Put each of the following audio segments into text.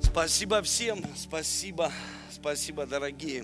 Спасибо всем, спасибо, дорогие.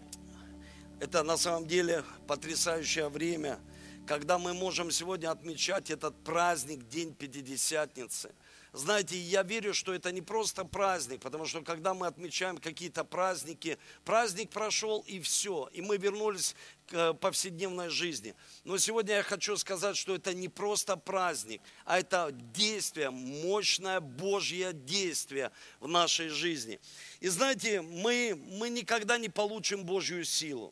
Это на самом деле потрясающее время, когда мы можем сегодня отмечать этот праздник, День Пятидесятницы. Знаете, я верю, что это не просто праздник, потому что когда мы отмечаем какие-то праздники, праздник прошел и все, и мы вернулись к повседневной жизни. Но сегодня я хочу сказать, что это не просто праздник, а это действие, мощное Божье действие в нашей жизни. И знаете, мы никогда не получим Божью силу,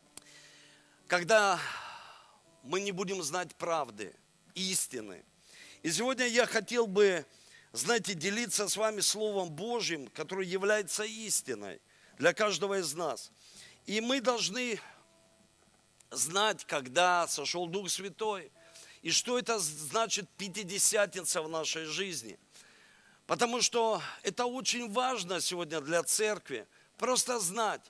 когда мы не будем знать правды, истины. И сегодня я хотел бы, знаете, делиться с вами Словом Божьим, которое является истиной для каждого из нас. И мы должны знать, когда сошел Дух Святой, и что это значит Пятидесятница в нашей жизни. Потому что это очень важно сегодня для церкви, просто знать,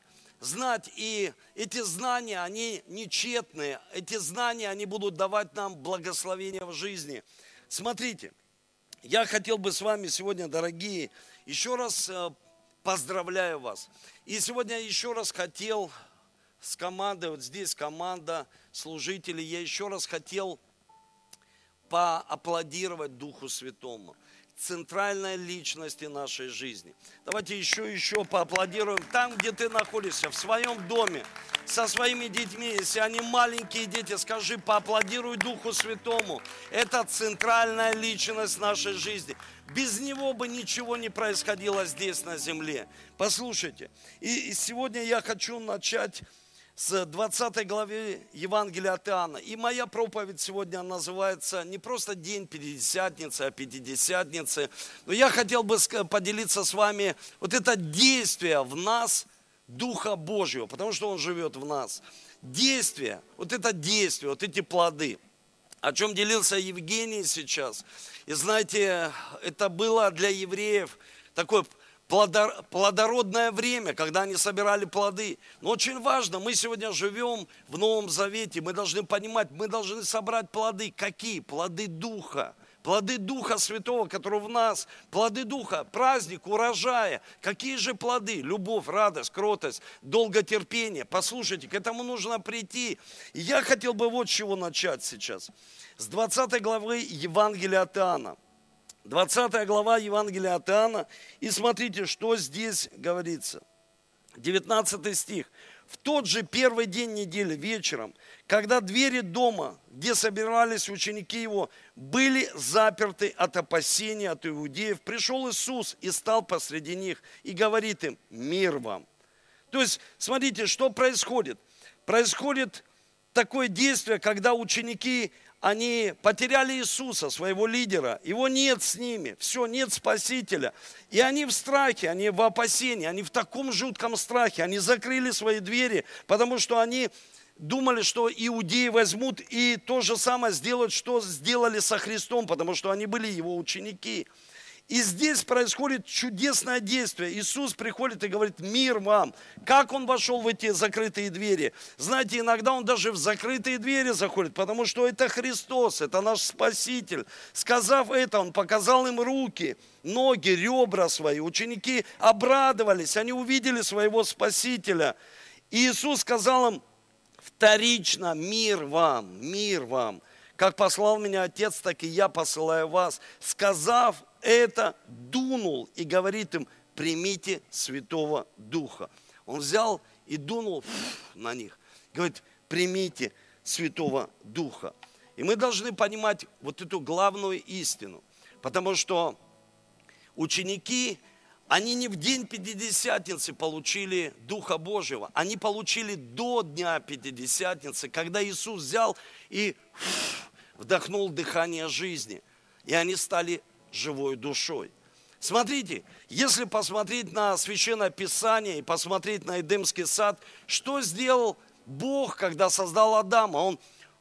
и эти знания, они нечетные, эти знания, они будут давать нам благословение в жизни. Смотрите, я хотел бы с вами сегодня, дорогие, еще раз поздравляю вас. И сегодня еще раз хотел с командой, вот здесь команда служителей, я еще раз хотел поаплодировать Духу Святому, центральной личности нашей жизни. Давайте еще поаплодируем там, где ты находишься, в своем доме, со своими детьми. Если они маленькие дети, скажи, поаплодируй Духу Святому. Это центральная личность нашей жизни. Без Него бы ничего не происходило здесь на земле. Послушайте, и сегодня я хочу начать с 20 главы Евангелия от Иоанна. И моя проповедь сегодня называется не просто День Пятидесятницы, а Пятидесятницы. Но я хотел бы поделиться с вами вот это действие в нас Духа Божьего, потому что Он живет в нас. Действие, вот это действие, вот эти плоды, о чем делился Евгений сейчас. И знаете, это было для евреев такое плодородное время, когда они собирали плоды. Но очень важно, мы сегодня живем в Новом Завете, мы должны понимать, мы должны собрать плоды. Какие? Плоды Духа. Плоды Духа Святого, который в нас. Плоды Духа, праздник урожая. Какие же плоды? Любовь, радость, кротость, долготерпение. Послушайте, к этому нужно прийти. И я хотел бы вот с чего начать сейчас. С 20 главы Евангелия от Иоанна. 20 глава Евангелия от Иоанна. И смотрите, что здесь говорится. 19 стих. В тот же первый день недели вечером, когда двери дома, где собирались ученики его, были заперты от опасения от иудеев, пришел Иисус и стал посреди них и говорит им: мир вам. То есть, смотрите, что происходит. Происходит такое действие, когда ученики, они потеряли Иисуса, своего лидера. Его нет с ними. Все, нет Спасителя. И они в страхе, они в опасении, они в таком жутком страхе. Они закрыли свои двери, потому что они думали, что иудеи возьмут и то же самое сделают, что сделали со Христом, потому что они были его ученики. И здесь происходит чудесное действие. Иисус приходит и говорит: мир вам. Как Он вошел в эти закрытые двери? Знаете, иногда Он даже в закрытые двери заходит, потому что это Христос, это наш Спаситель. Сказав это, Он показал им руки, ноги, ребра свои. Ученики обрадовались, они увидели своего Спасителя. И Иисус сказал им вторично: мир вам, мир вам. Как послал меня Отец, так и я посылаю вас. Сказав это, дунул и говорит им: примите Святого Духа. Он взял и дунул на них. Говорит: примите Святого Духа. И мы должны понимать вот эту главную истину. Потому что ученики, они не в день Пятидесятницы получили Духа Божьего. Они получили до дня Пятидесятницы, когда Иисус взял и вдохнул дыхание жизни. И они стали живой душой. Смотрите, если посмотреть на Священное Писание и посмотреть на Эдемский сад, что сделал Бог, когда создал Адама? Он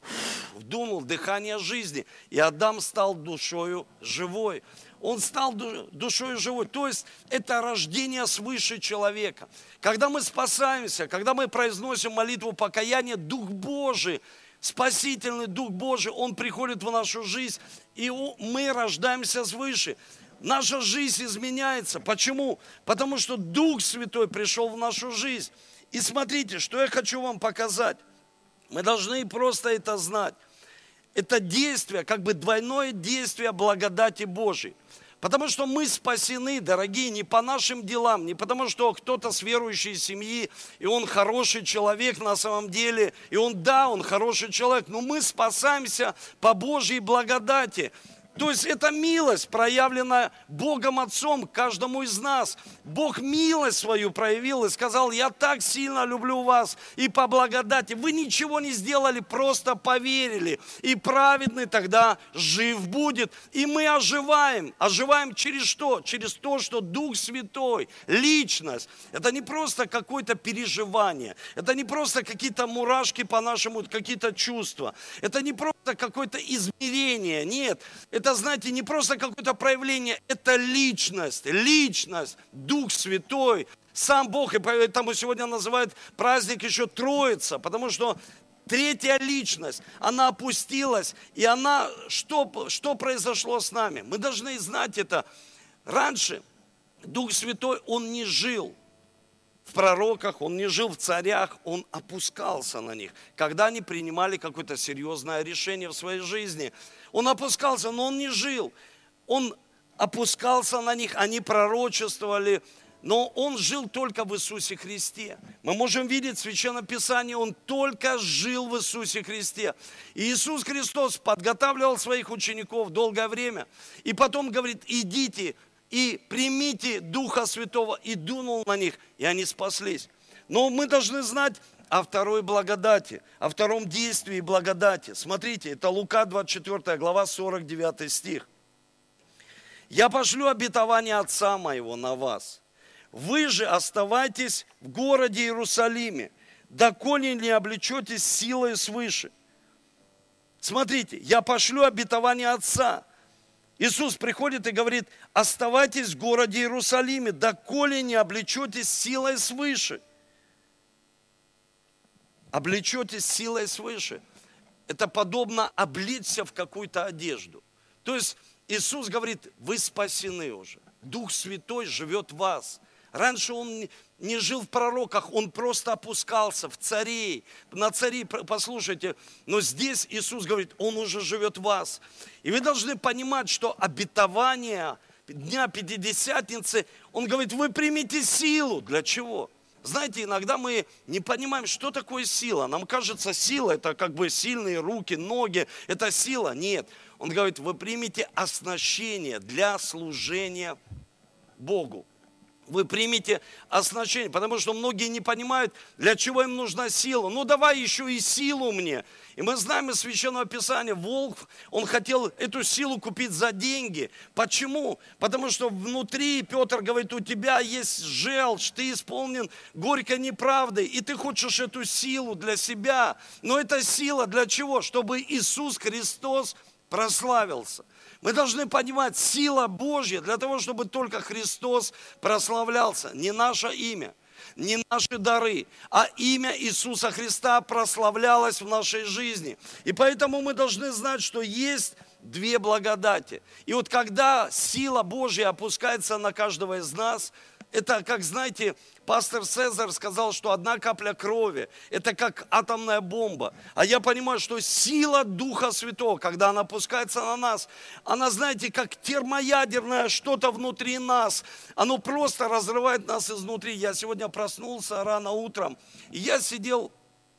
вдунул дыхание жизни, и Адам стал душою живой. Он стал душой живой. То есть это рождение свыше человека. Когда мы спасаемся, когда мы произносим молитву покаяния, Дух Божий, Спасительный Дух Божий, Он приходит в нашу жизнь, и мы рождаемся свыше. наша жизнь изменяется. Почему? Потому что Дух Святой пришел в нашу жизнь. И смотрите, что я хочу вам показать. Мы должны просто это знать. Это действие, как бы двойное действие благодати Божией. Потому что мы спасены, дорогие, не по нашим делам, не потому что кто-то с верующей семьи, и он хороший человек на самом деле, и он хороший человек, но мы спасаемся по Божьей благодати. То есть это милость, проявленная Богом Отцом к каждому из нас. Бог милость свою проявил и сказал: я так сильно люблю вас, и по благодати. Вы ничего не сделали, просто поверили. И праведный тогда жив будет. И мы оживаем. Оживаем через что? Через то, что Дух Святой, личность. Это не просто какое-то переживание. Это не просто какие-то мурашки по нашему, какие-то чувства. Это не просто какое-то измерение. Нет. Это, знаете, не просто какое-то проявление, это личность, Дух Святой, сам Бог. И поэтому сегодня называют праздник еще Троица, потому что третья личность, она опустилась, и она, что произошло с нами? Мы должны знать это. Раньше Дух Святой, Он не жил в пророках, Он не жил в царях, Он опускался на них, когда они принимали какое-то серьезное решение в своей жизни. Он опускался, но Он не жил. Он опускался на них, они пророчествовали, но Он жил только в Иисусе Христе. Мы можем видеть в Священном Писании, Он только жил в Иисусе Христе. И Иисус Христос подготавливал своих учеников долгое время. И потом говорит: идите и примите Духа Святого, и дунул на них, и они спаслись. Но мы должны знать о второй благодати, о втором действии благодати. Смотрите, это Лука 24 глава, 49 стих. «Я пошлю обетование Отца моего на вас. Вы же оставайтесь в городе Иерусалиме, доколе не облечетесь силой свыше». Смотрите, я пошлю обетование Отца. Иисус приходит и говорит: оставайтесь в городе Иерусалиме, доколе не облечетесь силой свыше. Облечетесь силой свыше. Это подобно облечься в какую-то одежду. То есть Иисус говорит: вы спасены уже. Дух Святой живет в вас. Раньше Он не жил в пророках, Он просто опускался в царей, на царей, послушайте. Но здесь Иисус говорит: Он уже живет в вас. И вы должны понимать, что обетование Дня Пятидесятницы, Он говорит: вы примите силу. Для чего? Знаете, иногда мы не понимаем, что такое сила. Нам кажется, сила – это как бы сильные руки, ноги, это сила. Нет. Он говорит: вы примите оснащение для служения Богу. Вы примите оснащение, потому что многие не понимают, для чего им нужна сила. Ну давай еще и силу мне. И мы знаем из Священного Писания, Волк, он хотел эту силу купить за деньги. Почему? Потому что внутри, Петр говорит, у тебя есть желчь, ты исполнен горькой неправдой, и ты хочешь эту силу для себя. Но эта сила для чего? Чтобы Иисус Христос прославился. Мы должны понимать, сила Божья для того, чтобы только Христос прославлялся. Не наше имя, не наши дары, а имя Иисуса Христа прославлялось в нашей жизни. И поэтому мы должны знать, что есть две благодати. И вот когда сила Божья опускается на каждого из нас, это, как знаете, пастор Цезарь сказал, что одна капля крови – это как атомная бомба. А я понимаю, что сила Духа Святого, когда она опускается на нас, она, знаете, как термоядерное что-то внутри нас. Оно просто разрывает нас изнутри. Я сегодня проснулся рано утром, и я сидел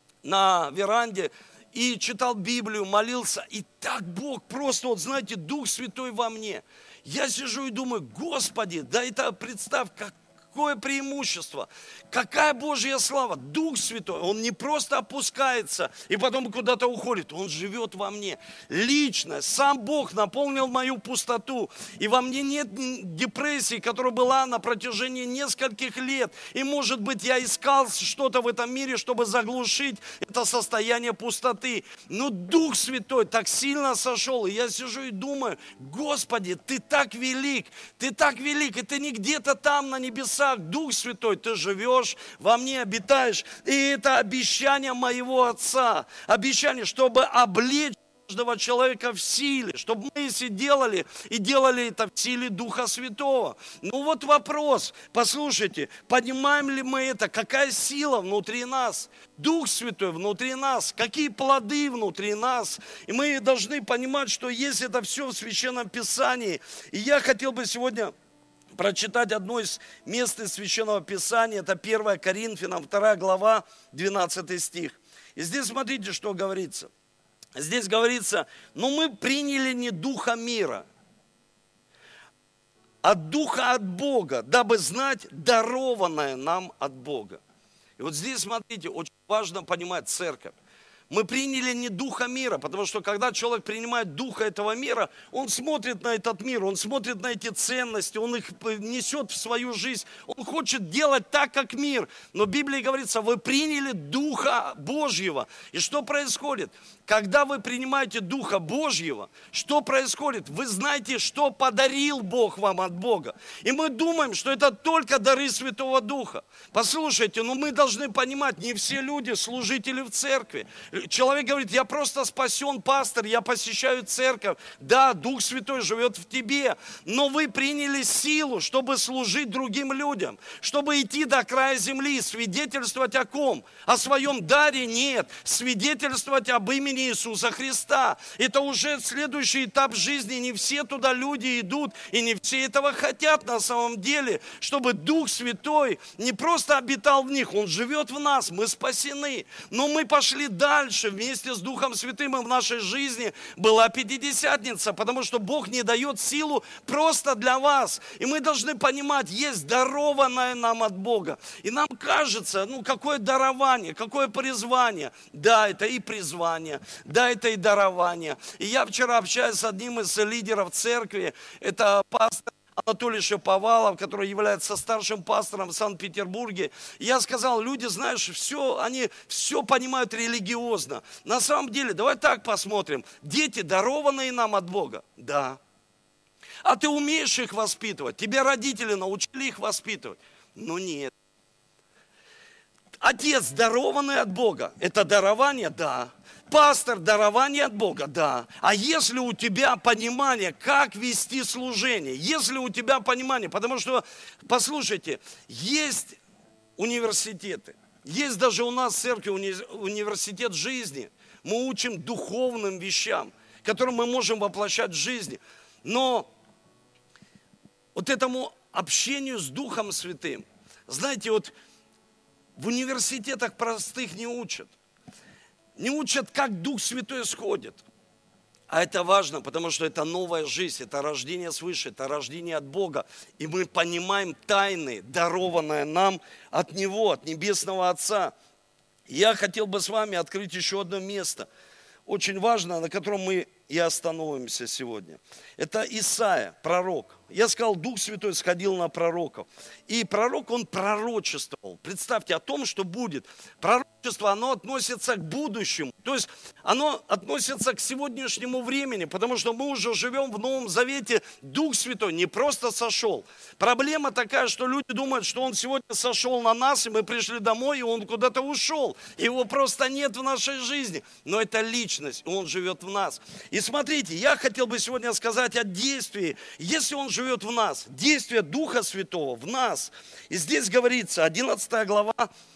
на веранде и читал Библию, молился. И так Бог просто, вот знаете, Дух Святой во мне. Я сижу и думаю: Господи, да это представь, какое преимущество, какая Божья слава. Дух Святой, Он не просто опускается и потом куда-то уходит, Он живет во мне. Лично, сам Бог наполнил мою пустоту. И во мне нет депрессии, которая была на протяжении нескольких лет. И, может быть, я искал что-то в этом мире, чтобы заглушить это состояние пустоты. Но Дух Святой так сильно сошел, и я сижу и думаю: Господи, Ты так велик, и Ты не где-то там на небесах. Дух Святой, Ты живешь, во мне обитаешь. И это обещание моего Отца. Обещание, чтобы облечь каждого человека в силе, чтобы мы если делали, и делали это в силе Духа Святого. Ну вот вопрос, послушайте, понимаем ли мы это, какая сила внутри нас, Дух Святой внутри нас, какие плоды внутри нас. И мы должны понимать, что есть это все в Священном Писании. И я хотел бы сегодня прочитать одно из мест из Священного Писания, это 1 Коринфянам, 2 глава, 12 стих. И здесь смотрите, что говорится. Здесь говорится, но мы приняли не духа мира, а духа от Бога, дабы знать дарованное нам от Бога. И вот здесь, смотрите, очень важно понимать церковь. Мы приняли не духа мира, потому что когда человек принимает духа этого мира, он смотрит на этот мир, он смотрит на эти ценности, он их несет в свою жизнь, он хочет делать так, как мир. Но в Библии говорится, вы приняли Духа Божьего. И что происходит? Когда вы принимаете Духа Божьего, что происходит? Вы знаете, что подарил Бог вам от Бога. И мы думаем, что это только дары Святого Духа. Послушайте, но мы должны понимать, не все люди служители в церкви. Человек говорит, я просто спасен, пастор, я посещаю церковь. Да, Дух Святой живет в тебе, но вы приняли силу, чтобы служить другим людям, чтобы идти до края земли, свидетельствовать о ком? О своем даре? Нет. Свидетельствовать об имени Иисуса Христа. Это уже следующий этап жизни. Не все туда люди идут, и не все этого хотят на самом деле, чтобы Дух Святой не просто обитал в них, Он живет в нас, мы спасены. Но мы пошли дальше. Вместе с Духом Святым и в нашей жизни была Пятидесятница, потому что Бог не дает силу просто для вас. И мы должны понимать, есть дарованное нам от Бога. И нам кажется, какое дарование, какое призвание. Да, это и призвание, да, это и дарование. И я вчера общаюсь с одним из лидеров церкви, это пастор Анатолий Шаповалов, который является старшим пастором в Санкт-Петербурге. Я сказал, люди, знаешь, они все понимают религиозно. На самом деле, давай так посмотрим. Дети, дарованные нам от Бога? Да. А ты умеешь их воспитывать? Тебе родители научили их воспитывать? Ну нет. Отец, дарованный от Бога, это дарование? Да. Пастор, дарование от Бога? Да. А если у тебя понимание, как вести служение, если у тебя понимание, потому что, послушайте, есть университеты, есть даже у нас в церкви университет жизни, мы учим духовным вещам, которые мы можем воплощать в жизни, но вот этому общению с Духом Святым, знаете, вот в университетах простых не учат. Не учат, как Дух Святой сходит. А это важно, потому что это новая жизнь, это рождение свыше, это рождение от Бога. И мы понимаем тайны, дарованные нам от Него, от Небесного Отца. Я хотел бы с вами открыть еще одно место, очень важно, на котором мы и остановимся сегодня. Это Исаия, пророк. Я сказал, Дух Святой сходил на пророков. И пророк, он пророчествовал. Представьте о том, что будет. Пророчество, оно относится к будущему. То есть оно относится к сегодняшнему времени, потому что мы уже живем в Новом Завете. Дух Святой не просто сошел. Проблема такая, что люди думают, что Он сегодня сошел на нас, и мы пришли домой, и Он куда-то ушел. Его просто нет в нашей жизни. Но это личность, и Он живет в нас. И смотрите, я хотел бы сегодня сказать о действии, если Он живет в нас, действие Духа Святого в нас. И здесь говорится, 11 глава,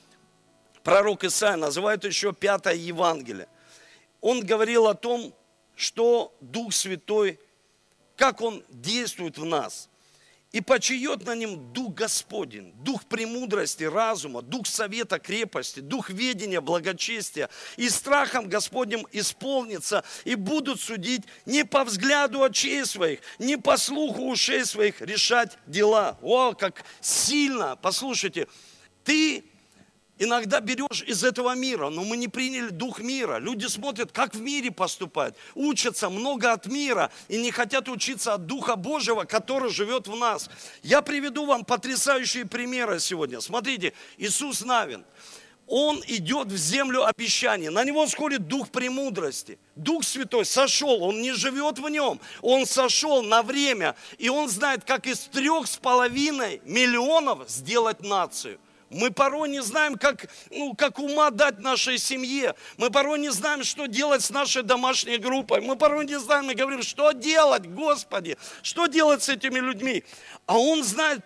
пророк Исаия называют еще 5 Евангелие. Он говорил о том, что Дух Святой, как Он действует в нас. И почиет на нем Дух Господень, Дух премудрости, разума, Дух совета, крепости, Дух ведения, благочестия. И страхом Господним исполнится, и будут судить не по взгляду очей своих, не по слуху ушей своих решать дела. О, как сильно! Послушайте, ты иногда берешь из этого мира, но мы не приняли дух мира. Люди смотрят, как в мире поступают, учатся много от мира и не хотят учиться от Духа Божьего, который живет в нас. Я приведу вам потрясающие примеры сегодня. Смотрите, Иисус Навин. Он идет в землю обещаний. На него сходит дух премудрости. Дух Святой сошел, он не живет в нем. Он сошел на время. И он знает, как из 3,5 миллионов сделать нацию. Мы порой не знаем, как ума дать нашей семье. Мы порой не знаем, что делать с нашей домашней группой. Мы порой не знаем, мы говорим, что делать, Господи, что делать с этими людьми. А Он знает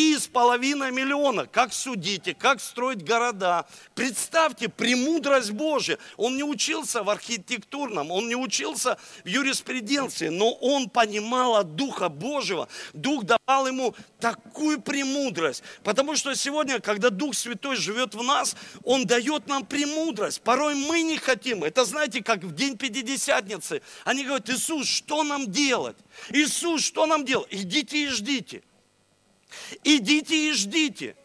3,5 миллиона, как судить, как строить города. Представьте, премудрость Божия. Он не учился в архитектурном, он не учился в юриспруденции, но он понимал от Духа Божьего. Дух давал ему такую премудрость. Потому что сегодня, когда Дух Святой живет в нас, Он дает нам премудрость. Порой мы не хотим. Это, знаете, как в день Пятидесятницы. Они говорят: Иисус, что нам делать? Иисус, что нам делать? Идите и ждите. Идите и ждите.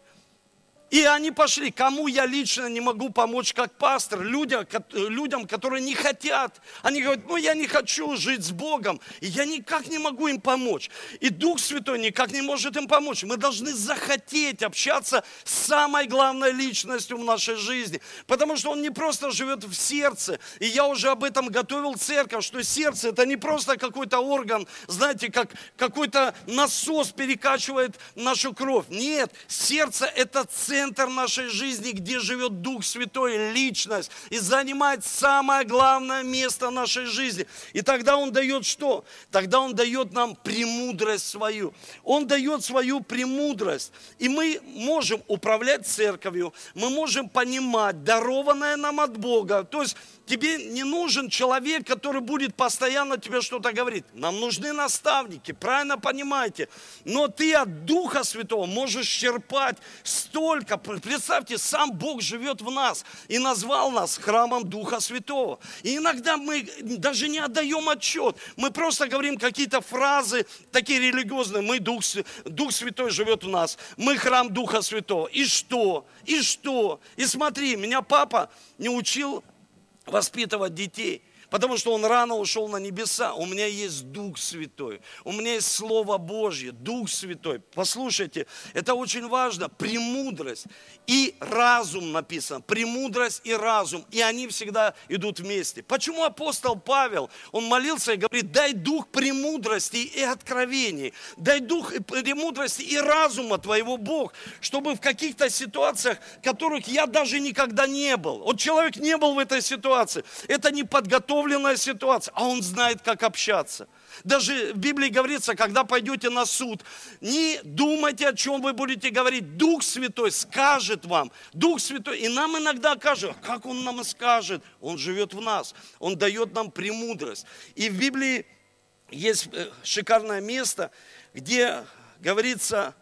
И они пошли. Кому я лично не могу помочь как пастор? Людям, которые не хотят. Они говорят: я не хочу жить с Богом. И я никак не могу им помочь. И Дух Святой никак не может им помочь. Мы должны захотеть общаться с самой главной личностью в нашей жизни. Потому что Он не просто живет в сердце. И я уже об этом готовил церковь, что сердце это не просто какой-то орган, знаете, как какой-то насос перекачивает нашу кровь. Нет, сердце это центр нашей жизни, где живет Дух Святой, личность, и занимает самое главное место нашей жизни. И тогда Он дает что? Тогда Он дает нам премудрость свою. Он дает свою премудрость. И мы можем управлять церковью, мы можем понимать дарованное нам от Бога. То есть тебе не нужен человек, который будет постоянно тебе что-то говорить. Нам нужны наставники, правильно понимаете. Но ты от Духа Святого можешь черпать столько. Представьте, сам Бог живет в нас и назвал нас храмом Духа Святого. И иногда мы даже не отдаем отчет. Мы просто говорим какие-то фразы такие религиозные. Дух Святой живет в нас. Мы храм Духа Святого. И что? И что? И смотри, меня папа не учил воспитывать детей, потому что он рано ушел на небеса. У меня есть Дух Святой, у меня есть Слово Божье, Дух Святой. Послушайте, это очень важно. Премудрость и разум написано. Премудрость и разум. И они всегда идут вместе. Почему апостол Павел, он молился и говорит: дай дух премудрости и откровений. Дай дух премудрости и разума твоего, Бог, чтобы в каких-то ситуациях, в которых я даже никогда не был. Вот человек не был в этой ситуации. Это не подготовленная ситуация, а он знает, как общаться. Даже в Библии говорится, когда пойдете на суд, не думайте, о чем вы будете говорить. Дух Святой скажет вам. Дух Святой. И нам иногда кажется: как Он нам скажет? Он живет в нас. Он дает нам премудрость. И в Библии есть шикарное место, где говорится,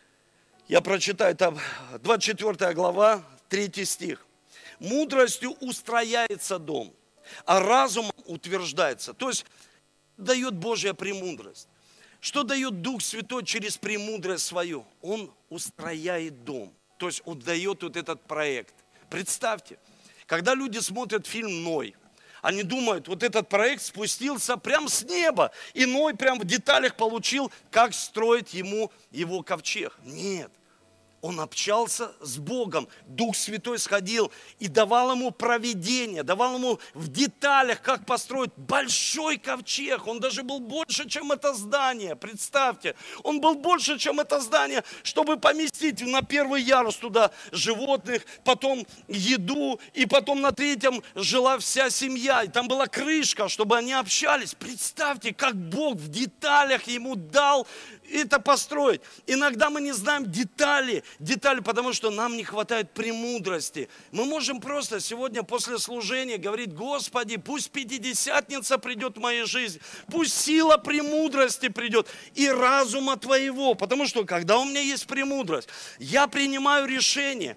я прочитаю, там 24 глава, 3 стих. Мудростью устрояется дом, а разумом утверждается. То есть дает Божья премудрость. Что дает Дух Святой через премудрость свою? Он устрояет дом. То есть Он дает вот этот проект. Представьте, когда люди смотрят фильм «Ной», они думают, вот этот проект спустился прямо с неба, и Ной прям в деталях получил, как строить ему его ковчег. Нет. Он общался с Богом, Дух Святой сходил и давал ему провидение, давал ему в деталях, как построить большой ковчег. Он даже был больше, чем это здание, представьте. Он был больше, чем это здание, чтобы поместить на первый ярус туда животных, потом еду, и потом на 3-м жила вся семья. И там была крышка, чтобы они общались. Представьте, как Бог в деталях ему дал это построить. Иногда мы не знаем детали, потому что нам не хватает премудрости. Мы можем просто сегодня после служения говорить: Господи, пусть Пятидесятница придет в мою жизнь, пусть сила премудрости придет и разума Твоего, потому что когда у меня есть премудрость, я принимаю решение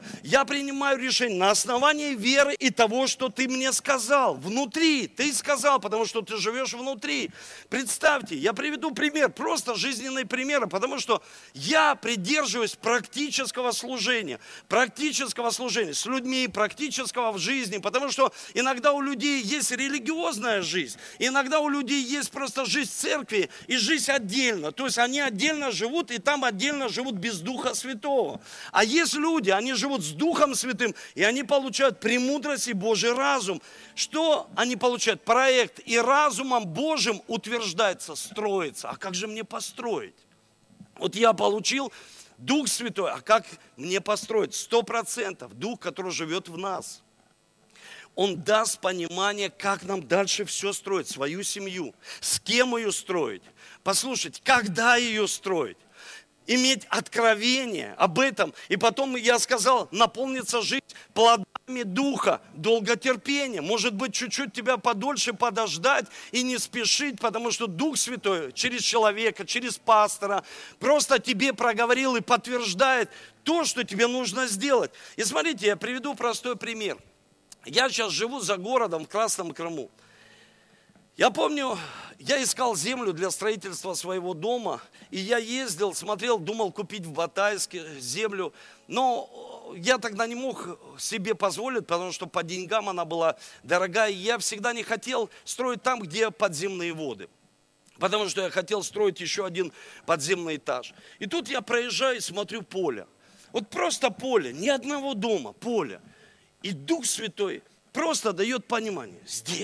на основании веры и того, что Ты мне сказал, внутри, Ты сказал, потому что Ты живешь внутри. Представьте, я приведу пример, просто жизненный пример, потому что я придерживаюсь практического служения с людьми, практического в жизни, потому что иногда у людей есть религиозная жизнь, иногда у людей есть просто жизнь в церкви и жизнь отдельно, то есть они отдельно живут и там отдельно живут без Духа Святого. А есть люди, они живут с Духом Святым, и они получают премудрость и Божий разум. Что они получают? Проект, и разумом Божьим утверждается, строится. А как же мне построить? Вот я получил Дух Святой, а как мне построить? 100% Дух, который живет в нас. Он даст понимание, как нам дальше все строить, свою семью, с кем ее строить. Послушайте, когда ее строить. Иметь откровение об этом. И потом, я сказал, наполнится жизнь плодами Духа, долготерпения. Может быть, чуть-чуть тебя подольше подождать и не спешить, потому что Дух Святой через человека, через пастора просто тебе проговорил и подтверждает то, что тебе нужно сделать. И смотрите, я приведу простой пример. Я сейчас живу за городом в Красном Крыму. Я помню, я искал землю для строительства своего дома, и я ездил, смотрел, думал купить в Батайске землю, но я тогда не мог себе позволить, потому что по деньгам она была дорогая, и я всегда не хотел строить там, где подземные воды, потому что я хотел строить еще один подземный этаж. И тут я проезжаю и смотрю поле, вот просто поле, ни одного дома, поле, и Дух Святой просто дает понимание,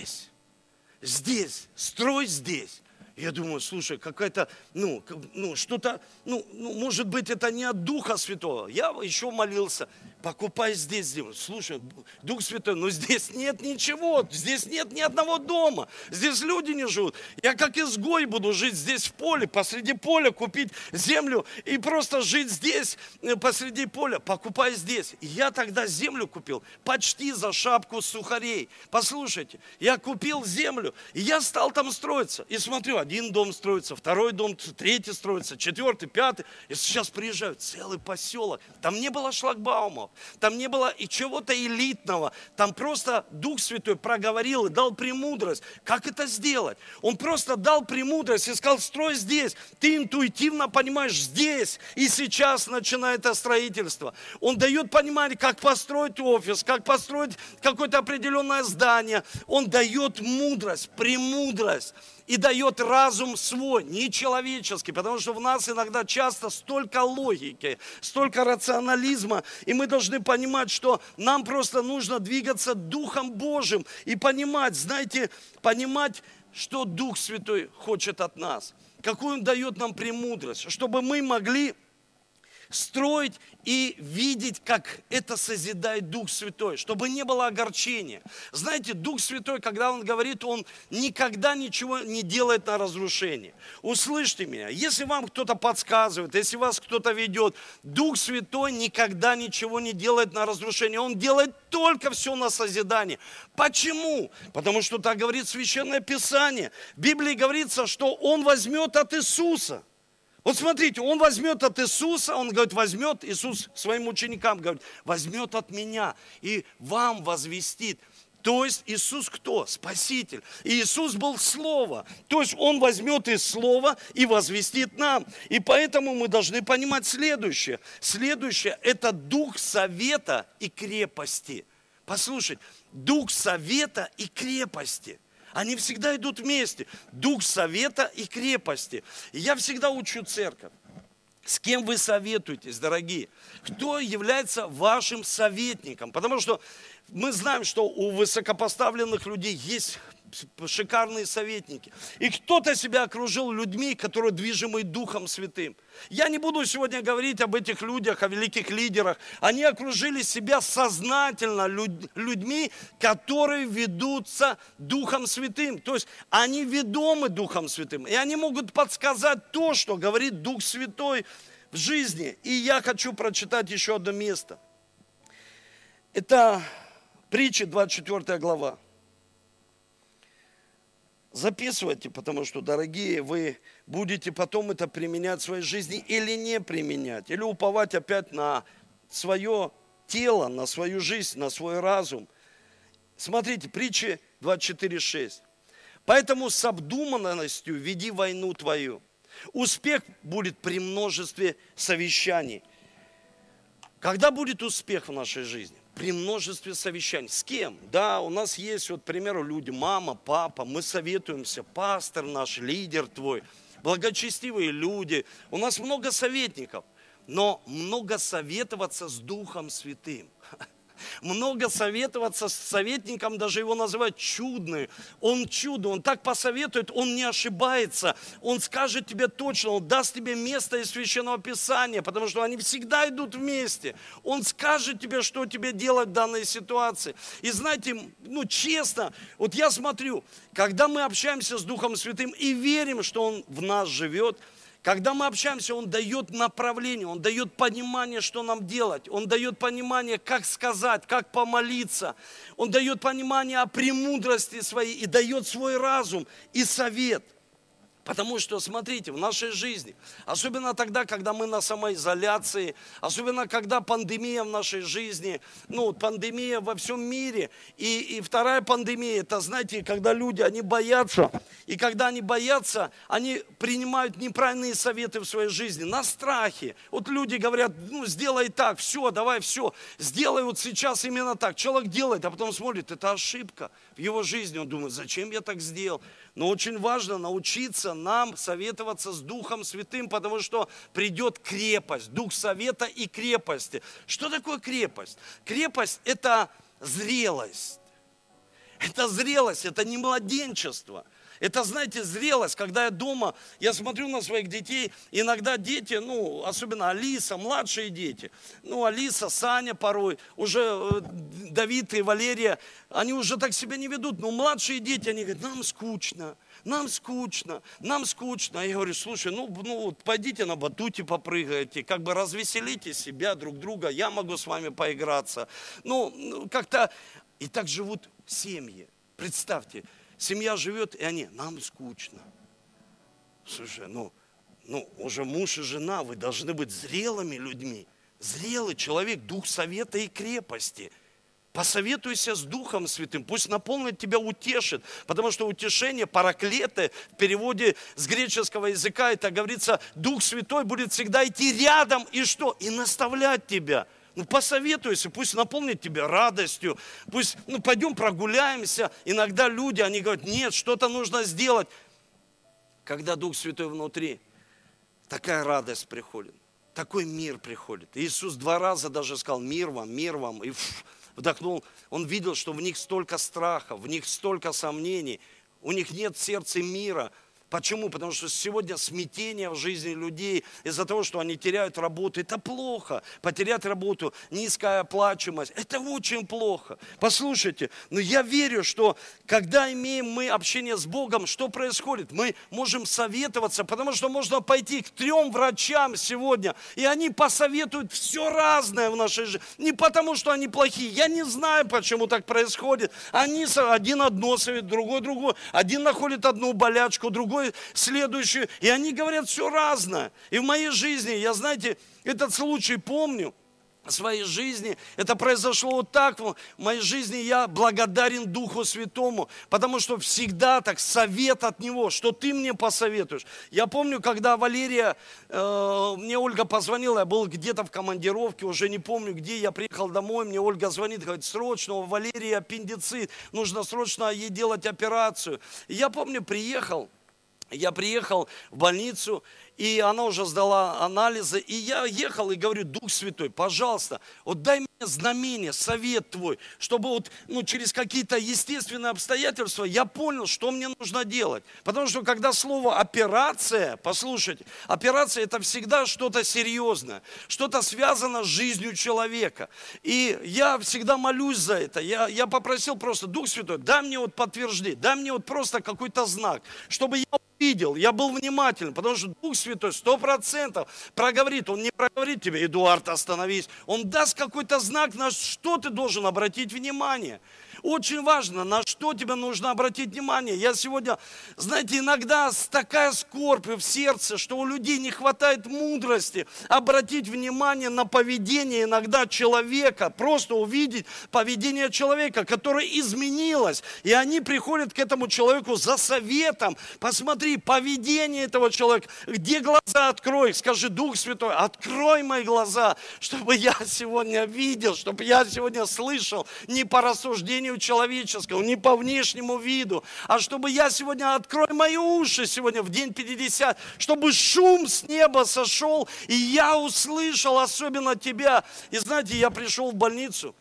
здесь, строй здесь. Я думаю, слушай, какая-то, что-то, может быть, это не от Духа Святого. Я еще молился, покупай здесь землю. Слушай, Дух Святой, но здесь нет ничего, здесь нет ни одного дома, здесь люди не живут. Я как изгой буду жить здесь в поле, посреди поля, купить землю и просто жить здесь, посреди поля, покупай здесь. И я тогда землю купил почти за шапку сухарей. Послушайте, я купил землю, и я стал там строиться. И смотрю, один дом строится, второй дом, третий строится, четвертый, пятый. И сейчас приезжают целый поселок. Там не было шлагбаумов, там не было и чего-то элитного. Там просто Дух Святой проговорил и дал премудрость. Как это сделать? Он просто дал премудрость и сказал, строй здесь. Ты интуитивно понимаешь, здесь и сейчас начинается строительство. Он дает понимание, как построить офис, как построить какое-то определенное здание. Он дает мудрость, премудрость. И дает разум свой, не человеческий, потому что в нас иногда часто столько логики, столько рационализма, и мы должны понимать, что нам просто нужно двигаться Духом Божьим и понимать, знаете, понимать, что Дух Святой хочет от нас, какую Он дает нам премудрость, чтобы мы могли строить и видеть, как это созидает Дух Святой, чтобы не было огорчения. Знаете, Дух Святой, когда Он говорит, Он никогда ничего не делает на разрушение. Услышьте меня, если вам кто-то подсказывает, если вас кто-то ведет, Дух Святой никогда ничего не делает на разрушение. Он делает только все на созидание. Почему? Потому что так говорит Священное Писание. В Библии говорится, что Он возьмет от Иисуса. Вот смотрите, Он возьмет от Иисуса, Он говорит, возьмет, Иисус своим ученикам говорит, возьмет от меня и вам возвестит. То есть Иисус кто? Спаситель. И Иисус был Слово. То есть Он возьмет из Слова и возвестит нам. И поэтому мы должны понимать следующее. Следующее – это дух совета и крепости. Послушайте, дух совета и крепости. Они всегда идут вместе. Дух совета и крепости. И я всегда учу церковь. С кем вы советуетесь, дорогие? Кто является вашим советником? Потому что мы знаем, что у высокопоставленных людей есть шикарные советники. И кто-то себя окружил людьми, которые движимы Духом Святым. Я не буду сегодня говорить об этих людях, о великих лидерах. Они окружили себя сознательно людьми, которые ведутся Духом Святым. То есть они ведомы Духом Святым. И они могут подсказать то, что говорит Дух Святой в жизни. И я хочу прочитать еще одно место. Это Притчи, 24 глава. Записывайте, потому что, дорогие, вы будете потом это применять в своей жизни или не применять, или уповать опять на свое тело, на свою жизнь, на свой разум. Смотрите, Притчи 24:6. Поэтому с обдуманностью веди войну твою. Успех будет при множестве совещаний. Когда будет успех в нашей жизни? При множестве совещаний. С кем? Да, у нас есть, вот, к примеру, люди, мама, папа, мы советуемся, пастор наш, лидер твой, благочестивые люди. У нас много советников, но много советоваться с Духом Святым. Много советоваться с советником, даже его называют чудный. Он чудо, он так посоветует, он не ошибается. Он скажет тебе точно, он даст тебе место из Священного Писания, потому что они всегда идут вместе. Он скажет тебе, что тебе делать в данной ситуации. И знаете, честно, вот я смотрю, когда мы общаемся с Духом Святым и верим, что Он в нас живет, когда мы общаемся, Он дает направление, Он дает понимание, что нам делать. Он дает понимание, как сказать, как помолиться. Он дает понимание о премудрости своей и дает свой разум и совет. Потому что, смотрите, в нашей жизни, особенно тогда, когда мы на самоизоляции, особенно когда пандемия в нашей жизни, пандемия во всем мире, и вторая пандемия, это, знаете, когда люди, они боятся, и когда они боятся, они принимают неправильные советы в своей жизни, на страхе. Вот люди говорят, сделай так, все, давай, все, сделай вот сейчас именно так. Человек делает, а потом смотрит, это ошибка в его жизни. Он думает, зачем я так сделал? Но очень важно научиться нам советоваться с Духом Святым, потому что придет крепость, Дух совета и крепости. Что такое крепость? Крепость – это зрелость. Это зрелость, это не младенчество. Это, знаете, зрелость, когда я дома, я смотрю на своих детей, иногда дети, особенно Алиса, младшие дети, Алиса, Саня порой, уже Давид и Валерия, они уже так себя не ведут, но младшие дети, они говорят, нам скучно. Я говорю, слушай, пойдите на батуте попрыгайте, как бы развеселите себя, друг друга, я могу с вами поиграться. Как-то, и так живут семьи, представьте. Семья живет, и они, нам скучно. Слушай, уже муж и жена, вы должны быть зрелыми людьми. Зрелый человек, дух совета и крепости. Посоветуйся с Духом Святым, пусть наполнит тебя, утешит. Потому что утешение, параклеты, в переводе с греческого языка, это говорится, Дух Святой будет всегда идти рядом и что? И наставлять тебя. Посоветуйся, пусть наполнит тебя радостью, пусть, пойдем прогуляемся. Иногда люди, они говорят, нет, что-то нужно сделать. Когда Дух Святой внутри, такая радость приходит, такой мир приходит. Иисус 2 раза даже сказал, мир вам, и вдохнул. Он видел, что в них столько страха, в них столько сомнений, у них нет в сердце мира. Почему? Потому что сегодня смятение в жизни людей из-за того, что они теряют работу. Это плохо. Потерять работу, низкая оплачиваемость. Это очень плохо. Послушайте, но я верю, что когда имеем мы общение с Богом, что происходит? Мы можем советоваться, потому что можно пойти к 3 врачам сегодня, и они посоветуют все разное в нашей жизни. Не потому, что они плохие. Я не знаю, почему так происходит. Один одно советует, другой другое. Один находит одну болячку, другой следующую, и они говорят все разное. И в моей жизни, я, знаете, этот случай помню, в своей жизни, это произошло вот так, в моей жизни я благодарен Духу Святому, потому что всегда так совет от Него, что ты мне посоветуешь. Я помню, когда Валерия, мне Ольга позвонила, я был где-то в командировке, уже не помню где, я приехал домой, мне Ольга звонит, говорит, срочно, у Валерии аппендицит, нужно срочно ей делать операцию. И я помню, я приехал в больницу, и она уже сдала анализы, и я ехал и говорю, Дух Святой, пожалуйста, вот дай мне знамение, совет Твой, чтобы через какие-то естественные обстоятельства я понял, что мне нужно делать. Потому что когда слово операция, послушайте, операция это всегда что-то серьезное, что-то связано с жизнью человека. И я всегда молюсь за это, я попросил просто, Дух Святой, дай мне подтверждение, дай мне просто какой-то знак, чтобы я видел, я был внимателен, потому что Дух Святой 100% проговорит, Он не проговорит тебе, Эдуард, остановись, Он даст какой-то знак, на что ты должен обратить внимание. Очень важно, на что тебе нужно обратить внимание. Я сегодня, знаете, иногда такая скорбь в сердце, что у людей не хватает мудрости обратить внимание на поведение иногда человека, просто увидеть поведение человека, которое изменилось. И они приходят к этому человеку за советом. Посмотри, поведение этого человека, где глаза открой, скажи, Дух Святой, открой мои глаза, чтобы я сегодня видел, чтобы я сегодня слышал не по рассуждению человеческому, не по внешнему виду, а чтобы я сегодня, открой мои уши сегодня в день 50, чтобы шум с неба сошел, и я услышал особенно Тебя. И знаете, я пришел в больницу,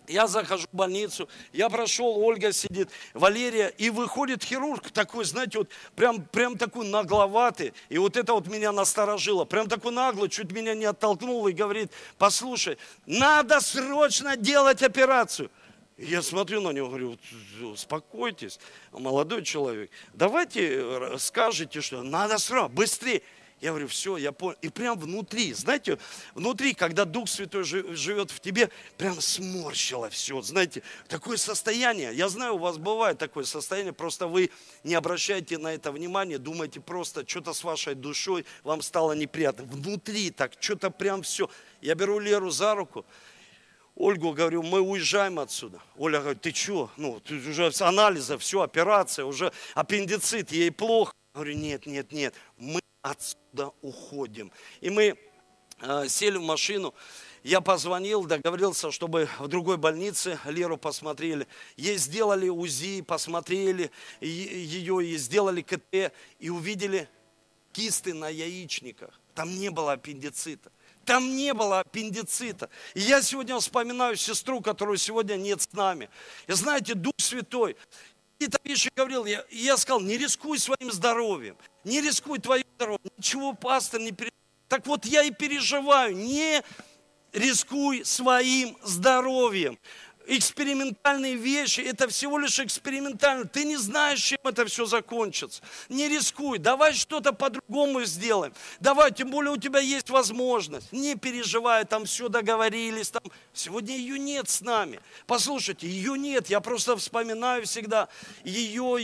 Я захожу в больницу, я прошел, Ольга сидит, Валерия, и выходит хирург такой, знаете, вот прям такой нагловатый, и вот это вот меня насторожило, прям такой наглый, чуть меня не оттолкнул и говорит: послушай, надо срочно делать операцию. И я смотрю на него, говорю: успокойтесь, молодой человек, давайте скажите, что надо срочно, быстрее. Я говорю: все, я понял. И прям внутри, знаете, внутри, когда Дух Святой живет в тебе, прям сморщило все. Знаете, такое состояние, я знаю, у вас бывает такое состояние, просто вы не обращаете на это внимания, думаете просто, что-то с вашей душой вам стало неприятно. Внутри так, что-то прям все. Я беру Леру за руку, Ольгу говорю: мы уезжаем отсюда. Оля говорит: ты что? Ну, ты уже анализы, все, операция, уже аппендицит, ей плохо. Я говорю: нет, мы отсюда уходим. И мы сели в машину, я позвонил, договорился, чтобы в другой больнице Леру посмотрели. Ей сделали УЗИ, посмотрели ее, и сделали КТ, и увидели кисты на яичниках. Там не было аппендицита. Там не было аппендицита. И я сегодня вспоминаю сестру, которую сегодня нет с нами. И знаете, Дух Святой какие-то вещи говорил, я сказал: не рискуй своим здоровьем, не рискуй твоим здоровьем, ничего, пастор, не переживай. Так вот я и переживаю: не рискуй своим здоровьем. Экспериментальные вещи, это всего лишь экспериментально. Ты не знаешь, чем это все закончится. Не рискуй, давай что-то по-другому сделаем. Давай, тем более у тебя есть возможность. Не переживай, там все договорились. Там. Сегодня ее нет с нами. Послушайте, ее нет. Я просто вспоминаю всегда ее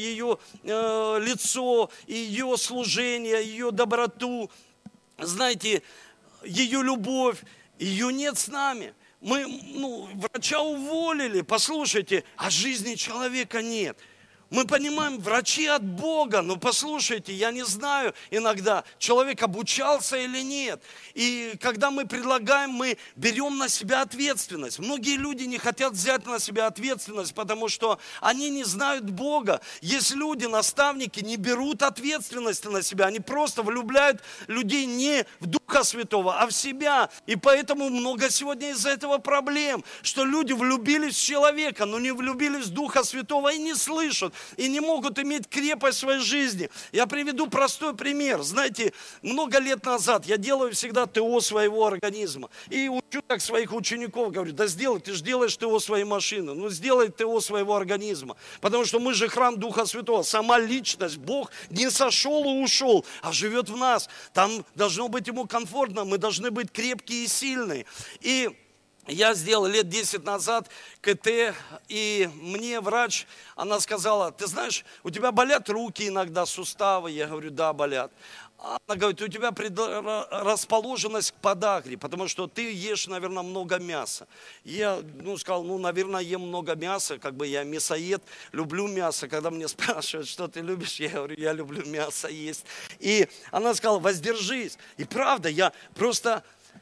лицо, ее служение, ее доброту. Знаете, ее любовь. Ее нет с нами. Мы, врача уволили, послушайте, а жизни человека нет. Мы понимаем, врачи от Бога, но послушайте, я не знаю иногда, человек обучался или нет. И когда мы предлагаем, мы берем на себя ответственность. Многие люди не хотят взять на себя ответственность, потому что они не знают Бога. Есть люди, наставники, не берут ответственности на себя. Они просто влюбляют людей не в Духа Святого, а в себя. И поэтому много сегодня из-за этого проблем, что люди влюбились в человека, но не влюбились в Духа Святого и не слышат. И не могут иметь крепость в своей жизни. Я приведу простой пример. Знаете, много лет назад я делаю всегда ТО своего организма. И учу так своих учеников, говорю: да сделай, ты же делаешь ТО своей машины. Сделай ТО своего организма. Потому что мы же храм Духа Святого. Сама личность, Бог не сошел и ушел, а живет в нас. Там должно быть ему комфортно, мы должны быть крепкие и сильные. И я сделал лет 10 назад КТ, и мне врач, она сказала: ты знаешь, у тебя болят руки иногда, суставы. Я говорю: да, болят. Она говорит: у тебя предрасположенность к подагре, потому что ты ешь, наверное, много мяса. Я сказал: наверное, ем много мяса, я мясоед, люблю мясо. Когда мне спрашивают, что ты любишь, я говорю: я люблю мясо есть. И она сказала: воздержись. И правда, я просто...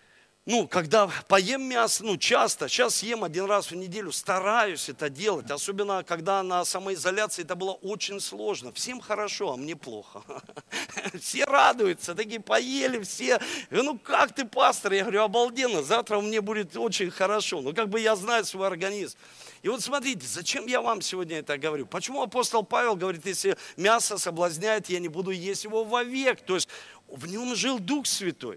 когда поем мясо, часто, сейчас ем 1 раз в неделю, стараюсь это делать, особенно когда на самоизоляции это было очень сложно. Всем хорошо, а мне плохо. Все радуются, такие поели все. Как ты, пастор? Я говорю: обалденно, завтра мне будет очень хорошо. Я знаю свой организм. И вот смотрите, зачем я вам сегодня это говорю? Почему апостол Павел говорит: если мясо соблазняет, я не буду есть его вовек. То есть в нем жил Дух Святой.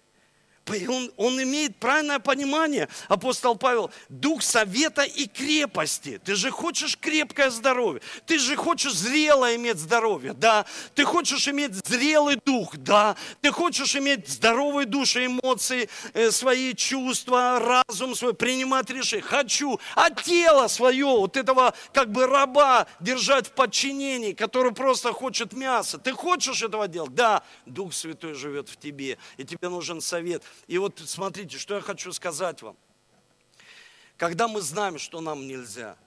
Он имеет правильное понимание, апостол Павел, дух совета и крепости. Ты же хочешь крепкое здоровье, ты же хочешь зрело иметь здоровье, да. Ты хочешь иметь зрелый дух, да. Ты хочешь иметь здоровые души, эмоции, свои чувства, разум свой, принимать решения. Хочу. А тело свое, вот этого раба держать в подчинении, который просто хочет мяса. Ты хочешь этого делать? Да. Дух Святой живет в тебе, и тебе нужен совет. И вот смотрите, что я хочу сказать вам. Когда мы знаем, что нам нельзя,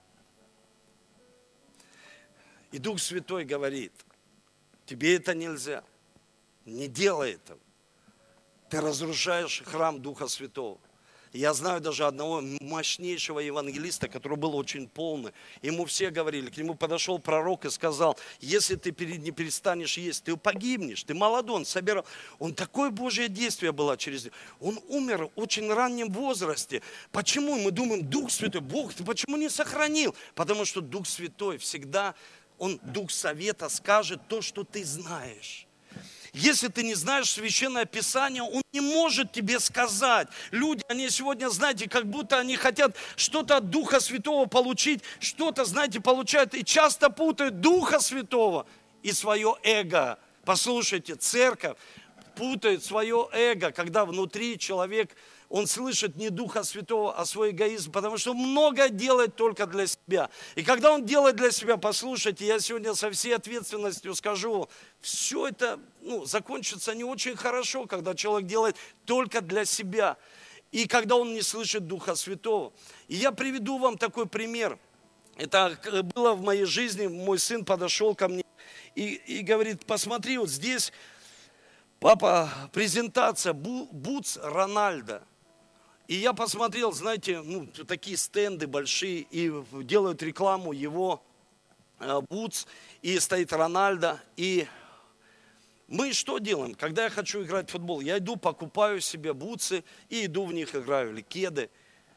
и Дух Святой говорит: тебе это нельзя, не делай этого. Ты разрушаешь храм Духа Святого. Я знаю даже одного мощнейшего евангелиста, который был очень полный. Ему все говорили, к нему подошел пророк и сказал: если ты не перестанешь есть, ты погибнешь, ты молодой. Он собирал. Он такое Божье действие было через него. Он умер в очень раннем возрасте. Почему? Мы думаем, Дух Святой, Бог, ты почему не сохранил? Потому что Дух Святой всегда, Он Дух Совета скажет то, что ты знаешь. Если ты не знаешь Священное Писание, Он не может тебе сказать. Люди, они сегодня, знаете, как будто они хотят что-то от Духа Святого получить, что-то, знаете, получают и часто путают Духа Святого и свое эго. Послушайте, церковь путает свое эго, когда внутри человек, он слышит не Духа Святого, а свой эгоизм, потому что много делает только для себя. И когда он делает для себя, послушайте, я сегодня со всей ответственностью скажу, все это закончится не очень хорошо, когда человек делает только для себя. И когда он не слышит Духа Святого. И я приведу вам такой пример. Это было в моей жизни, мой сын подошел ко мне и говорит: посмотри, вот здесь, папа, презентация, Бутс Рональдо. И я посмотрел, знаете, такие стенды большие, и делают рекламу его Бутс, и стоит Рональдо. И мы что делаем? Когда я хочу играть в футбол, я иду, покупаю себе бутсы, и иду в них играю, или кеды.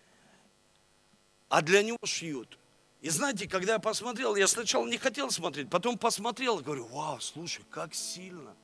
А для него шьют. И знаете, когда я посмотрел, я сначала не хотел смотреть, потом посмотрел и говорю: вау, слушай, как сильно,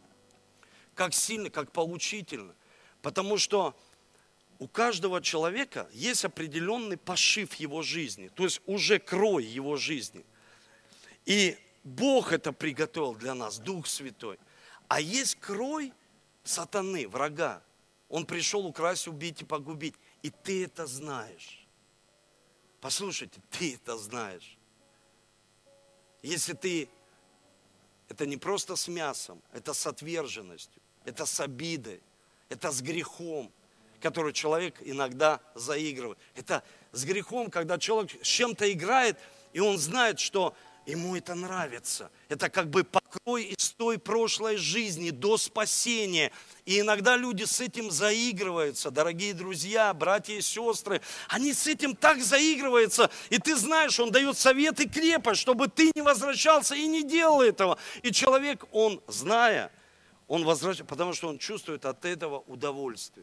как поучительно. Потому что у каждого человека есть определенный пошив его жизни, то есть уже крой его жизни. И Бог это приготовил для нас, Дух Святой. А есть крой сатаны, врага. Он пришел украсть, убить и погубить. И ты это знаешь. Послушайте, ты это знаешь. Если ты, это не просто с мясом, это с отверженностью, это с обидой, это с грехом, который человек иногда заигрывает. Это с грехом, когда человек с чем-то играет, и он знает, что ему это нравится. Это как бы покрой из той прошлой жизни до спасения. И иногда люди с этим заигрываются, дорогие друзья, братья и сестры. Они с этим так заигрываются. И ты знаешь, он дает совет и крепость, чтобы ты не возвращался и не делал этого. И человек, он, зная, он возвращается, потому что он чувствует от этого удовольствие.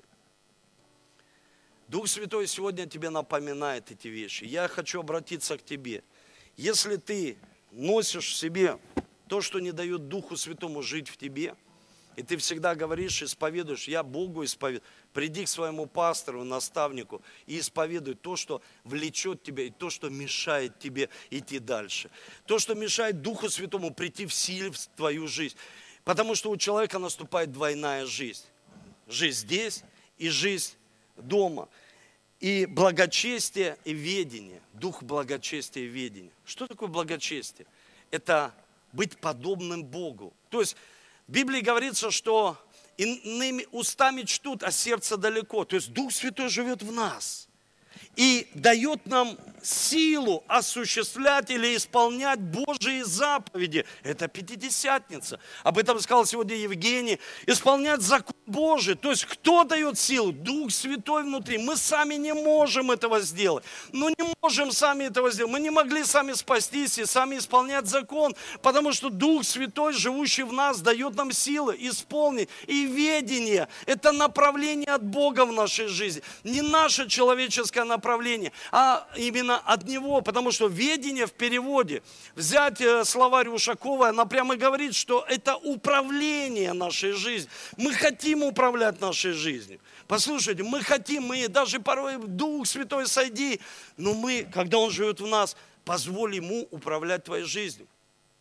Дух Святой сегодня тебе напоминает эти вещи. Я хочу обратиться к тебе. Если ты носишь в себе то, что не дает Духу Святому жить в тебе, и ты всегда говоришь, исповедуешь: я Богу исповедую, приди к своему пастору, наставнику и исповедуй то, что влечет тебя, и то, что мешает тебе идти дальше. То, что мешает Духу Святому прийти в силе в твою жизнь. Потому что у человека наступает двойная жизнь. Жизнь здесь и жизнь дома. И благочестие и ведение. Дух благочестия и ведения. Что такое благочестие? Это быть подобным Богу. То есть в Библии говорится, что иными устами чтут, а сердце далеко. То есть Дух Святой живет в нас. И дает нам силу осуществлять или исполнять Божьи заповеди. Это Пятидесятница. Об этом сказал сегодня Евгений. Исполнять закон Божий. То есть кто дает силу? Дух Святой внутри. Мы сами не можем этого сделать. Но не можем сами этого сделать. Мы не могли сами спастись и сами исполнять закон. Потому что Дух Святой, живущий в нас, дает нам силы исполнить. И ведение – это направление от Бога в нашей жизни. Не наше человеческое направление, а именно от Него, потому что ведение в переводе, взять словарь Ушакова, она прямо говорит, что это управление нашей жизнью. Мы хотим управлять нашей жизнью. Послушайте, мы хотим, мы даже порой Дух Святой сойди, но мы, когда Он живет в нас, позволь Ему управлять твоей жизнью.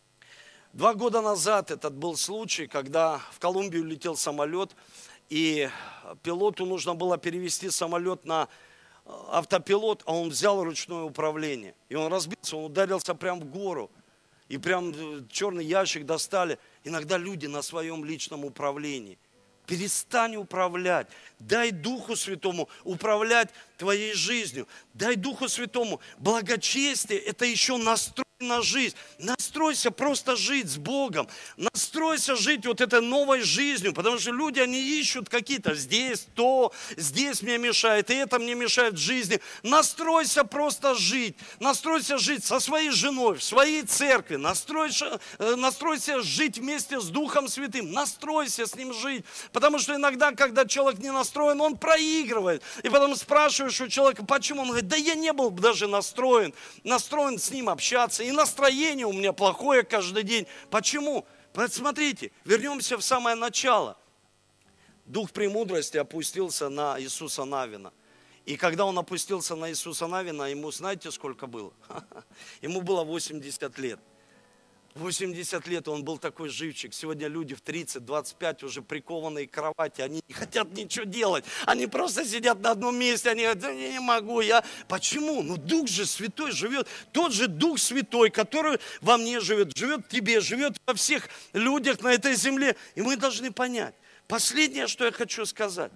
2 года назад этот был случай, когда в Колумбию летел самолет, и пилоту нужно было перевести самолет на автопилот, а он взял ручное управление. И он разбился, он ударился прямо в гору. И прям черный ящик достали. Иногда люди на своем личном управлении. Перестань управлять. Дай Духу Святому управлять твоей жизнью. Дай Духу Святому. Благочестие – это еще настрой на жизнь. Настройся просто жить с Богом. Настройся жить вот этой новой жизнью, потому что люди, они ищут какие-то здесь, то, здесь мне мешает, и это мне мешает в жизни. Настройся просто жить. Настройся жить со своей женой, в своей церкви. Настройся жить вместе с Духом Святым. Настройся с Ним жить. Потому что иногда, когда человек не настроен, он проигрывает. И потом спрашиваешь у человека, почему? Он говорит, да я не был даже настроен с Ним общаться. И настроение у меня плохое каждый день. Почему? Посмотрите, вернемся в самое начало. Дух премудрости опустился на Иисуса Навина. И когда он опустился на Иисуса Навина, ему знаете, сколько было? Ему было 80 лет. 80 лет он был такой живчик. Сегодня люди в 30-25 уже прикованные к кровати. Они не хотят ничего делать. Они просто сидят на одном месте. Они говорят, да я не могу. Почему? Ну Дух же Святой живет. Тот же Дух Святой, который во мне живет, живет в тебе, живет во всех людях на этой земле. И мы должны понять. Последнее, что я хочу сказать.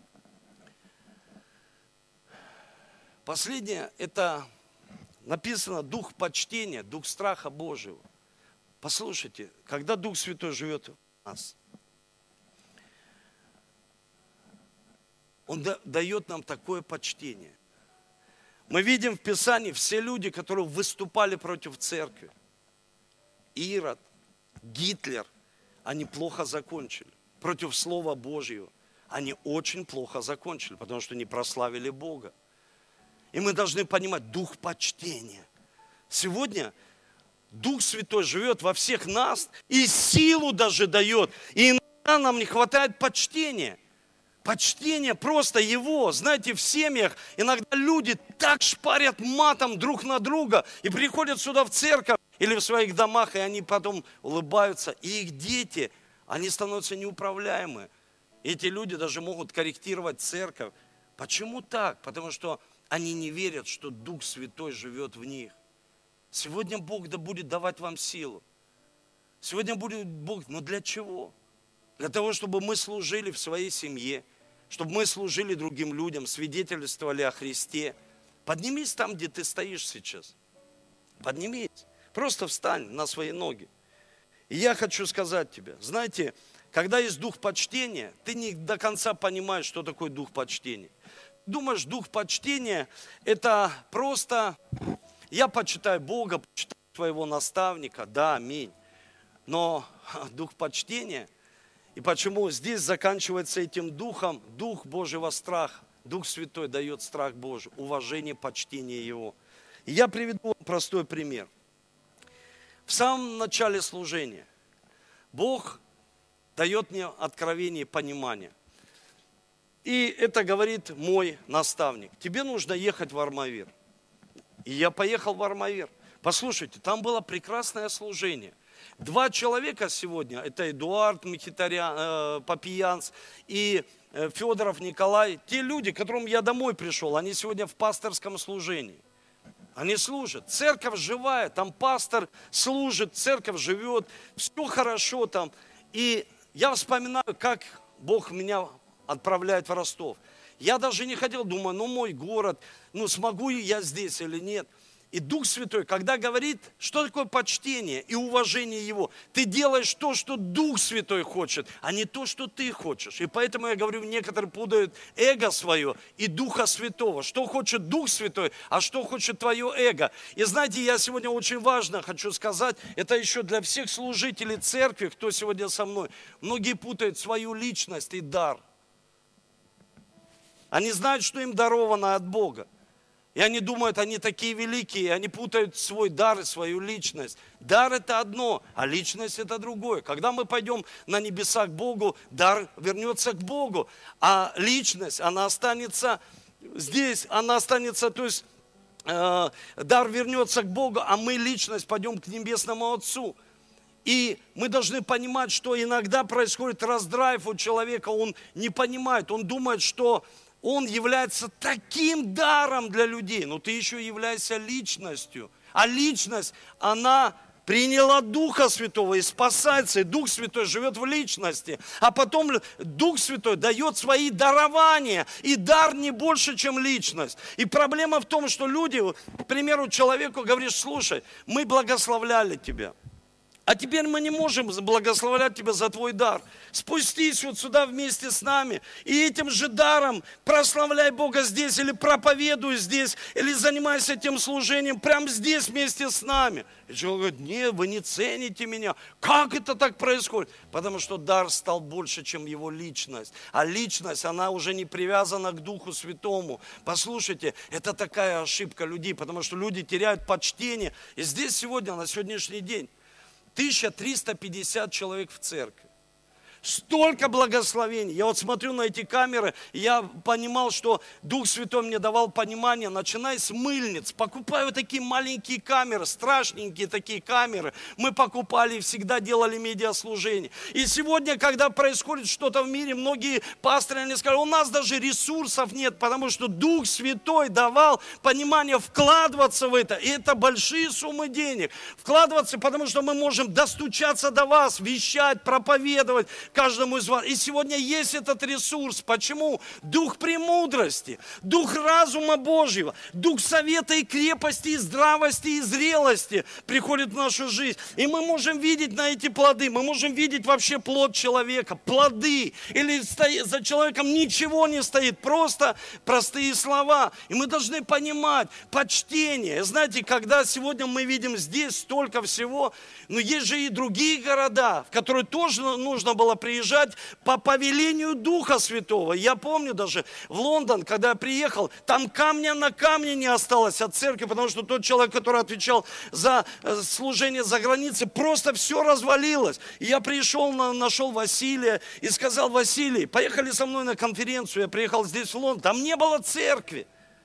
Последнее, это написано Дух почтения, Дух страха Божьего. Послушайте, когда Дух Святой живет в нас, Он дает нам такое почтение. Мы видим в Писании все люди, которые выступали против церкви. Ирод, Гитлер, они плохо закончили. Против Слова Божьего они очень плохо закончили, потому что не прославили Бога. И мы должны понимать Дух почтения. Сегодня Дух Святой живет во всех нас и силу даже дает. И иногда нам не хватает почтения. Почтение просто Его. Знаете, в семьях иногда люди так шпарят матом друг на друга и приходят сюда в церковь или в своих домах, и они потом улыбаются. И их дети, они становятся неуправляемы. Эти люди даже могут корректировать церковь. Почему так? Потому что они не верят, что Дух Святой живет в них. Сегодня Бог да будет давать вам силу. Сегодня будет Бог, но для чего? Для того, чтобы мы служили в своей семье, чтобы мы служили другим людям, свидетельствовали о Христе. Поднимись там, где ты стоишь сейчас. Поднимись. Просто встань на свои ноги. И я хочу сказать тебе, знаете, когда есть дух почтения, ты не до конца понимаешь, что такое дух почтения. Думаешь, дух почтения – это просто я почитаю Бога, почитаю своего наставника, да, аминь. Но дух почтения, и почему здесь заканчивается этим духом, дух Божьего страха. Дух Святой дает страх Божий, уважение, почтение Его. И я приведу вам простой пример. В самом начале служения Бог дает мне откровение и понимание. И это говорит мой наставник. Тебе нужно ехать в Армавир. И я поехал в Армавир. Послушайте, там было прекрасное служение. 2 человека сегодня, это Эдуард Папиянц и Федоров Николай, те люди, к которым я домой пришел, они сегодня в пасторском служении. Они служат. Церковь живая, там пастор служит, церковь живет, все хорошо там. И я вспоминаю, как Бог меня отправляет в Ростов. Я даже не хотел, думаю, мой город, смогу я здесь или нет. И Дух Святой, когда говорит, что такое почтение и уважение Его, ты делаешь то, что Дух Святой хочет, а не то, что ты хочешь. И поэтому я говорю, некоторые путают эго свое и Духа Святого. Что хочет Дух Святой, а что хочет твое эго. И знаете, я сегодня очень важно хочу сказать, это еще для всех служителей церкви, кто сегодня со мной. Многие путают свою личность и дар. Они знают, что им даровано от Бога. И они думают, они такие великие, они путают свой дар и свою личность. Дар – это одно, а личность – это другое. Когда мы пойдем на небеса к Богу, дар вернется к Богу, а личность, она останется здесь, то есть дар вернется к Богу, а мы, личность, пойдем к небесному Отцу. И мы должны понимать, что иногда происходит раздрайв у человека, он не понимает, он думает, что он является таким даром для людей, но ты еще являешься личностью. А личность, она приняла Духа Святого и спасается, и Дух Святой живет в личности. А потом Дух Святой дает свои дарования, и дар не больше, чем личность. И проблема в том, что люди, к примеру, человеку говоришь: слушай, мы благословляли тебя, а теперь мы не можем благословлять тебя за твой дар. Спустись вот сюда вместе с нами, и этим же даром прославляй Бога здесь, или проповедуй здесь, или занимайся этим служением прямо здесь вместе с нами. И человек говорит: нет, вы не цените меня. Как это так происходит? Потому что дар стал больше, чем его личность. А личность, она уже не привязана к Духу Святому. Послушайте, это такая ошибка людей, потому что люди теряют почтение. И здесь сегодня, на сегодняшний день, 1350 человек в церкви. Столько благословений. Я вот смотрю на эти камеры, и я понимал, что Дух Святой мне давал понимание, начиная с мыльниц. Покупаю такие маленькие камеры, страшненькие такие камеры. Мы покупали и всегда делали медиаслужение. И сегодня, когда происходит что-то в мире, многие пасторы, они сказали: у нас даже ресурсов нет, потому что Дух Святой давал понимание вкладываться в это. И это большие суммы денег. Вкладываться, потому что мы можем достучаться до вас, вещать, проповедовать каждому из вас. И сегодня есть этот ресурс. Почему? Дух премудрости, Дух разума Божьего, Дух совета и крепости, и здравости, и зрелости приходит в нашу жизнь. И мы можем видеть на эти плоды, мы можем видеть вообще плод человека, плоды. Или за человеком ничего не стоит, просто простые слова. И мы должны понимать почтение. Знаете, когда сегодня мы видим здесь столько всего, но есть же и другие города, в которые тоже нужно было приезжать по повелению Духа Святого. Я помню даже в Лондон, когда я приехал, там камня на камне не осталось от церкви, потому что тот человек, который отвечал за служение за границей, просто все развалилось. И я пришел, нашел Василия и сказал: Василий, поехали со мной на конференцию. Я приехал здесь в Лондон, там не было церкви.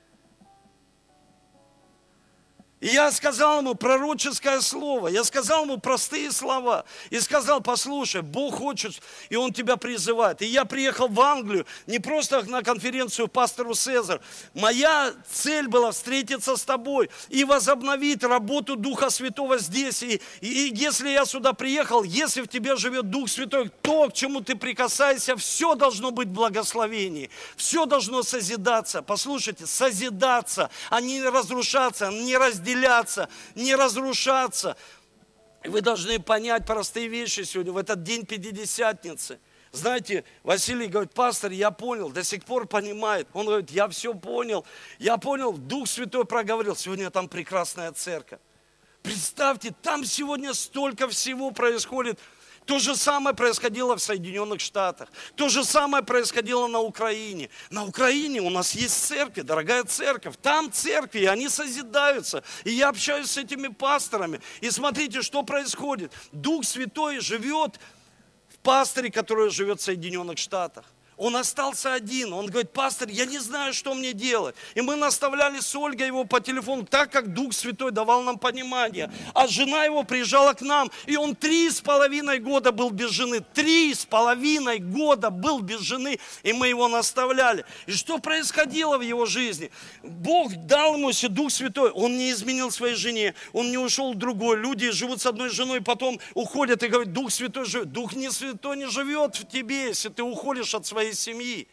И я сказал ему пророческое слово, я сказал ему простые слова. И сказал: послушай, Бог хочет, и Он тебя призывает. И я приехал в Англию не просто на конференцию пастору Сезар. Моя цель была встретиться с тобой и возобновить работу Духа Святого здесь. И если я сюда приехал, если в тебе живет Дух Святой, то, к чему ты прикасаешься, все должно быть благословение. Все должно созидаться. Послушайте, созидаться, а не разрушаться, не разделяться, не разрушаться. И вы должны понять простые вещи сегодня, в этот день Пятидесятницы. Знаете, Василий говорит: пастор, я понял, до сих пор понимает. Он говорит: я все понял, Дух Святой проговорил. Сегодня там прекрасная церковь. Представьте, там сегодня столько всего происходит. То же самое происходило в Соединенных Штатах. То же самое происходило на Украине. На Украине у нас есть церковь, дорогая церковь. Там церкви, и они созидаются. И я общаюсь с этими пасторами. И смотрите, что происходит. Дух Святой живет в пасторе, который живет в Соединенных Штатах. Он остался один. Он говорит: пастор, я не знаю, что мне делать. И мы наставляли с Ольгой его по телефону, так как Дух Святой давал нам понимание. А жена его приезжала к нам, и он 3,5 года был без жены. 3,5 года был без жены, и мы его наставляли. И что происходило в его жизни? Бог дал ему Дух Святой. Он не изменил своей жене, он не ушел в другой. Люди живут с одной женой, потом уходят и говорят: Дух Святой живет. Дух Святой не живет в тебе, если ты уходишь от своей семьи.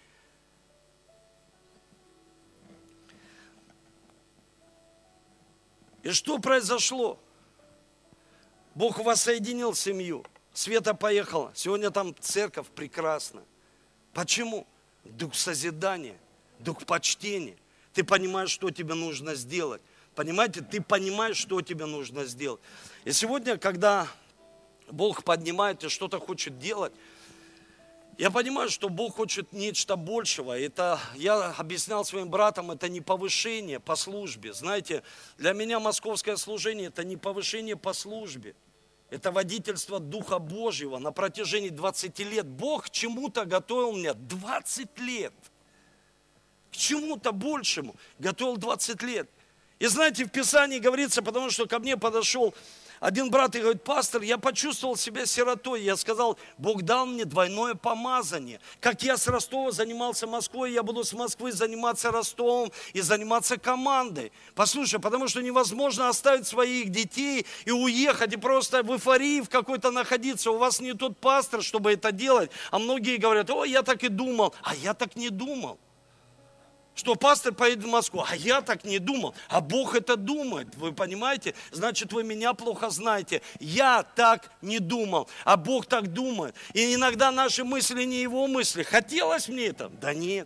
И что произошло? Бог воссоединил семью. Света поехала. Сегодня там церковь прекрасна. Почему? Дух созидания, дух почтения. Ты понимаешь, что тебе нужно сделать. Понимаете, ты понимаешь, что тебе нужно сделать. И сегодня, когда Бог поднимает и что-то хочет делать, я понимаю, что Бог хочет нечто большего. Это, я объяснял своим братам, это не повышение по службе. Знаете, для меня московское служение – это не повышение по службе. Это водительство Духа Божьего на протяжении 20 лет. Бог к чему-то готовил меня 20 лет. К чему-то большему готовил 20 лет. И знаете, в Писании говорится, потому что ко мне подошел один брат и говорит: пастор, я почувствовал себя сиротой. Я сказал: Бог дал мне двойное помазание. Как я с Ростова занимался Москвой, я буду с Москвы заниматься Ростовом и заниматься командой. Послушай, потому что невозможно оставить своих детей и уехать, и просто в эйфории в какой-то находиться. У вас не тот пастор, чтобы это делать. А многие говорят: о, я так и думал. А я так не думал. Что пастор поедет в Москву, а я так не думал, а Бог это думает, вы понимаете? Значит, вы меня плохо знаете. Я так не думал, а Бог так думает. И иногда наши мысли не Его мысли. Хотелось мне это? Да нет.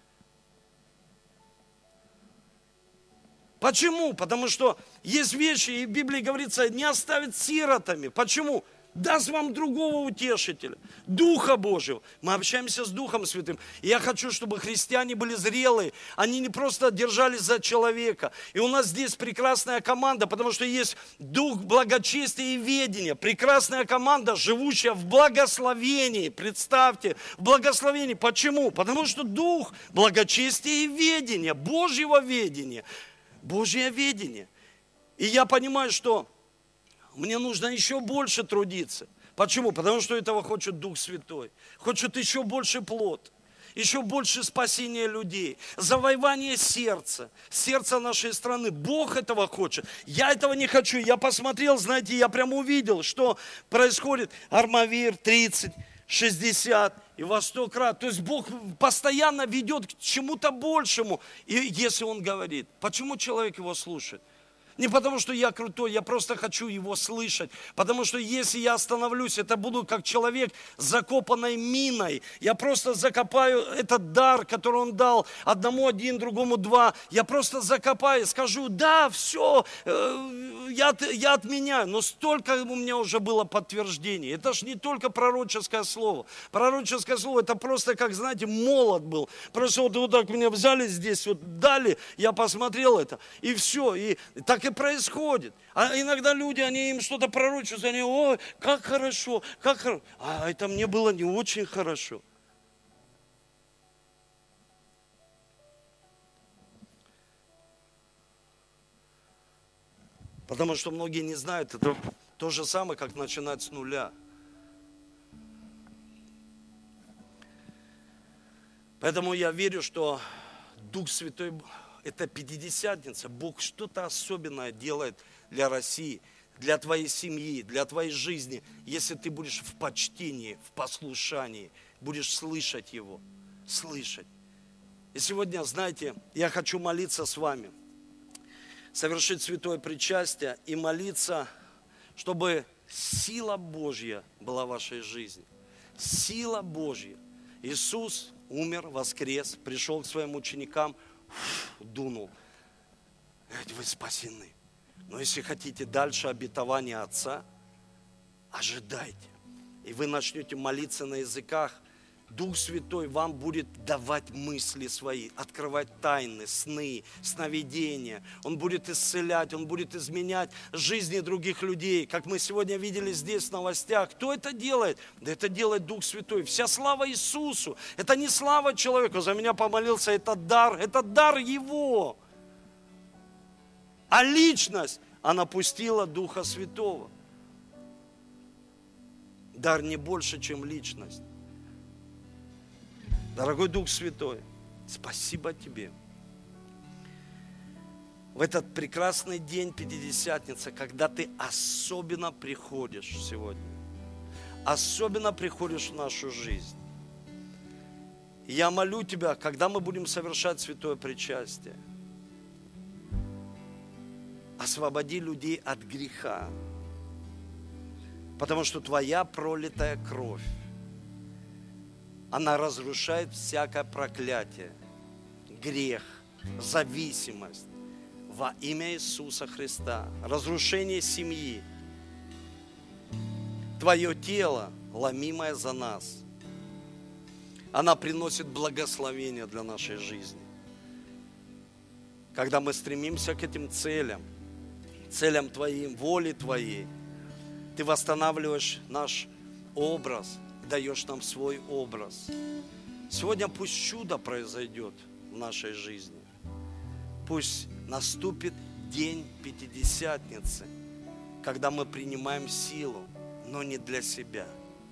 Почему? Потому что есть вещи, и в Библии говорится: не оставить сиротами. Почему? Даст вам другого утешителя, Духа Божьего. Мы общаемся с Духом Святым. И я хочу, чтобы христиане были зрелые. Они не просто держались за человека. И у нас здесь прекрасная команда, потому что есть дух благочестия и ведения. Прекрасная команда, живущая в благословении. Представьте, в благословении. Почему? Потому что дух благочестия и ведения, Божьего ведения. Божье ведение. И я понимаю, что мне нужно еще больше трудиться. Почему? Потому что этого хочет Дух Святой. Хочет еще больше плод, еще больше спасения людей, завоевание сердца нашей страны. Бог этого хочет. Я этого не хочу. Я посмотрел, знаете, я прямо увидел, что происходит. Армавир 30, 60 и во 100 крат. То есть Бог постоянно ведет к чему-то большему. И если Он говорит, почему человек Его слушает? Не потому, что я крутой, я просто хочу Его слышать. Потому что если я остановлюсь, это буду как человек с закопанной миной. Я просто закопаю этот дар, который Он дал одному один, другому два. Я просто закопаю, скажу: да, все, я отменяю. Но столько у меня уже было подтверждений. Это ж не только пророческое слово. Пророческое слово — это просто, как, знаете, молот был. Просто вот так меня взяли здесь, вот дали, я посмотрел это, и все. И так и происходит. А иногда люди, они им что-то пророчат, они: ой, как хорошо, как хорошо. А это мне было не очень хорошо. Потому что многие не знают, это то же самое, как начинать с нуля. Поэтому я верю, что Дух Святой — это Пятидесятница. Бог что-то особенное делает для России, для твоей семьи, для твоей жизни, если ты будешь в почтении, в послушании, будешь слышать Его, слышать. И сегодня, знаете, я хочу молиться с вами, совершить святое причастие и молиться, чтобы сила Божья была в вашей жизни. Сила Божья. Иисус умер, воскрес, пришел к своим ученикам, дунул. Говорит: вы спасены. Но если хотите дальше обетования Отца, ожидайте. И вы начнете молиться на языках. Дух Святой вам будет давать мысли свои, открывать тайны, сны, сновидения. Он будет исцелять, Он будет изменять жизни других людей. Как мы сегодня видели здесь в новостях. Кто это делает? Да это делает Дух Святой. Вся слава Иисусу. Это не слава человеку. За меня помолился, это дар Его. А личность, она пустила Духа Святого. Дар не больше, чем личность. Дорогой Дух Святой, спасибо Тебе. В этот прекрасный день Пятидесятницы, когда Ты особенно приходишь сегодня, особенно приходишь в нашу жизнь. И я молю Тебя, когда мы будем совершать святое причастие, освободи людей от греха, потому что Твоя пролитая кровь, она разрушает всякое проклятие, грех, зависимость во имя Иисуса Христа, разрушение семьи. Твое тело, ломимое за нас, она приносит благословение для нашей жизни. Когда мы стремимся к этим целям Твоим, воле Твоей, Ты восстанавливаешь наш образ, даешь нам свой образ. Сегодня пусть чудо произойдет в нашей жизни. Пусть наступит день Пятидесятницы. когда мы принимаем силу, но не для себя,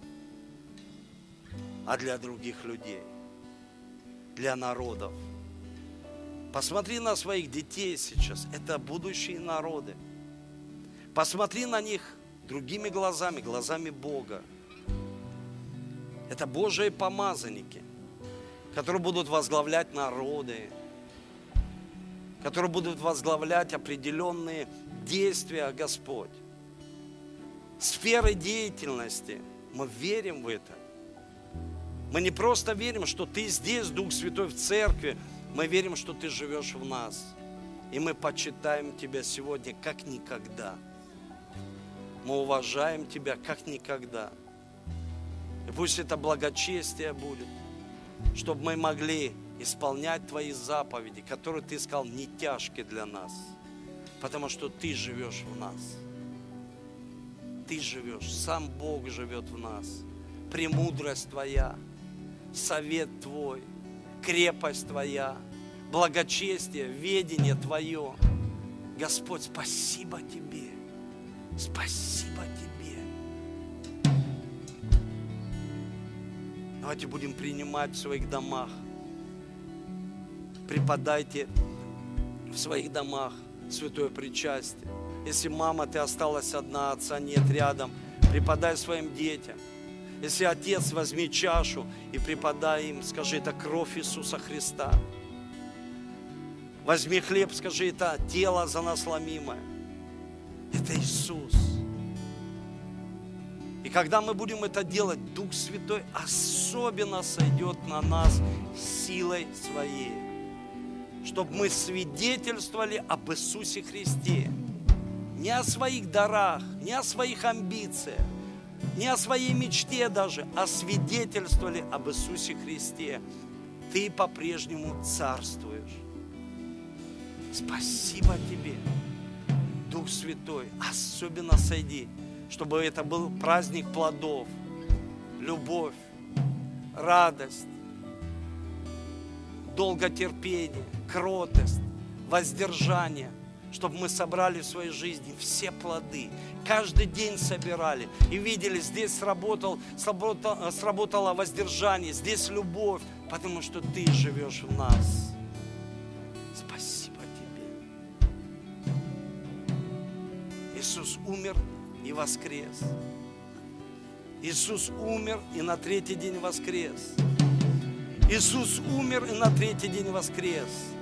а для других людей, для народов. Посмотри на своих детей сейчас. Это будущие народы. Посмотри на них другими глазами, глазами Бога. Это Божьи помазанники, которые будут возглавлять народы, которые будут возглавлять определенные действия, Господь. Сферы деятельности. Мы верим в это. Мы не просто верим, что Ты здесь, Дух Святой, в церкви. Мы верим, что Ты живешь в нас. И мы почитаем Тебя сегодня как никогда. Мы уважаем Тебя как никогда. И пусть это благочестие будет, чтобы мы могли исполнять Твои заповеди, которые Ты сказал не тяжкие для нас, потому что Ты живешь в нас. Ты живешь, сам Бог живет в нас. Премудрость Твоя, совет Твой, крепость Твоя, благочестие, ведение Твое. Господь, спасибо Тебе. Спасибо Тебе. Давайте будем принимать в своих домах. Преподайте в своих домах святое причастие. Если мама, ты осталась одна, отца нет рядом, преподай своим детям. Если отец, возьми чашу и преподай им, скажи, это кровь Иисуса Христа. Возьми хлеб, скажи, это тело за нас ломимое. Это Иисус. И когда мы будем это делать, Дух Святой особенно сойдет на нас силой Своей, чтобы мы свидетельствовали об Иисусе Христе. Не о своих дарах, не о своих амбициях, не о своей мечте даже, а свидетельствовали об Иисусе Христе. Ты по-прежнему царствуешь. Спасибо Тебе, Дух Святой, особенно сойди, чтобы это был праздник плодов, любовь, радость, долготерпение, кротость, воздержание, чтобы мы собрали в своей жизни все плоды, каждый день собирали и видели, здесь сработало воздержание, здесь любовь, потому что Ты живешь в нас. Спасибо Тебе. Иисус умер и воскрес. Иисус умер и на третий день воскрес. Иисус умер и на третий день воскрес.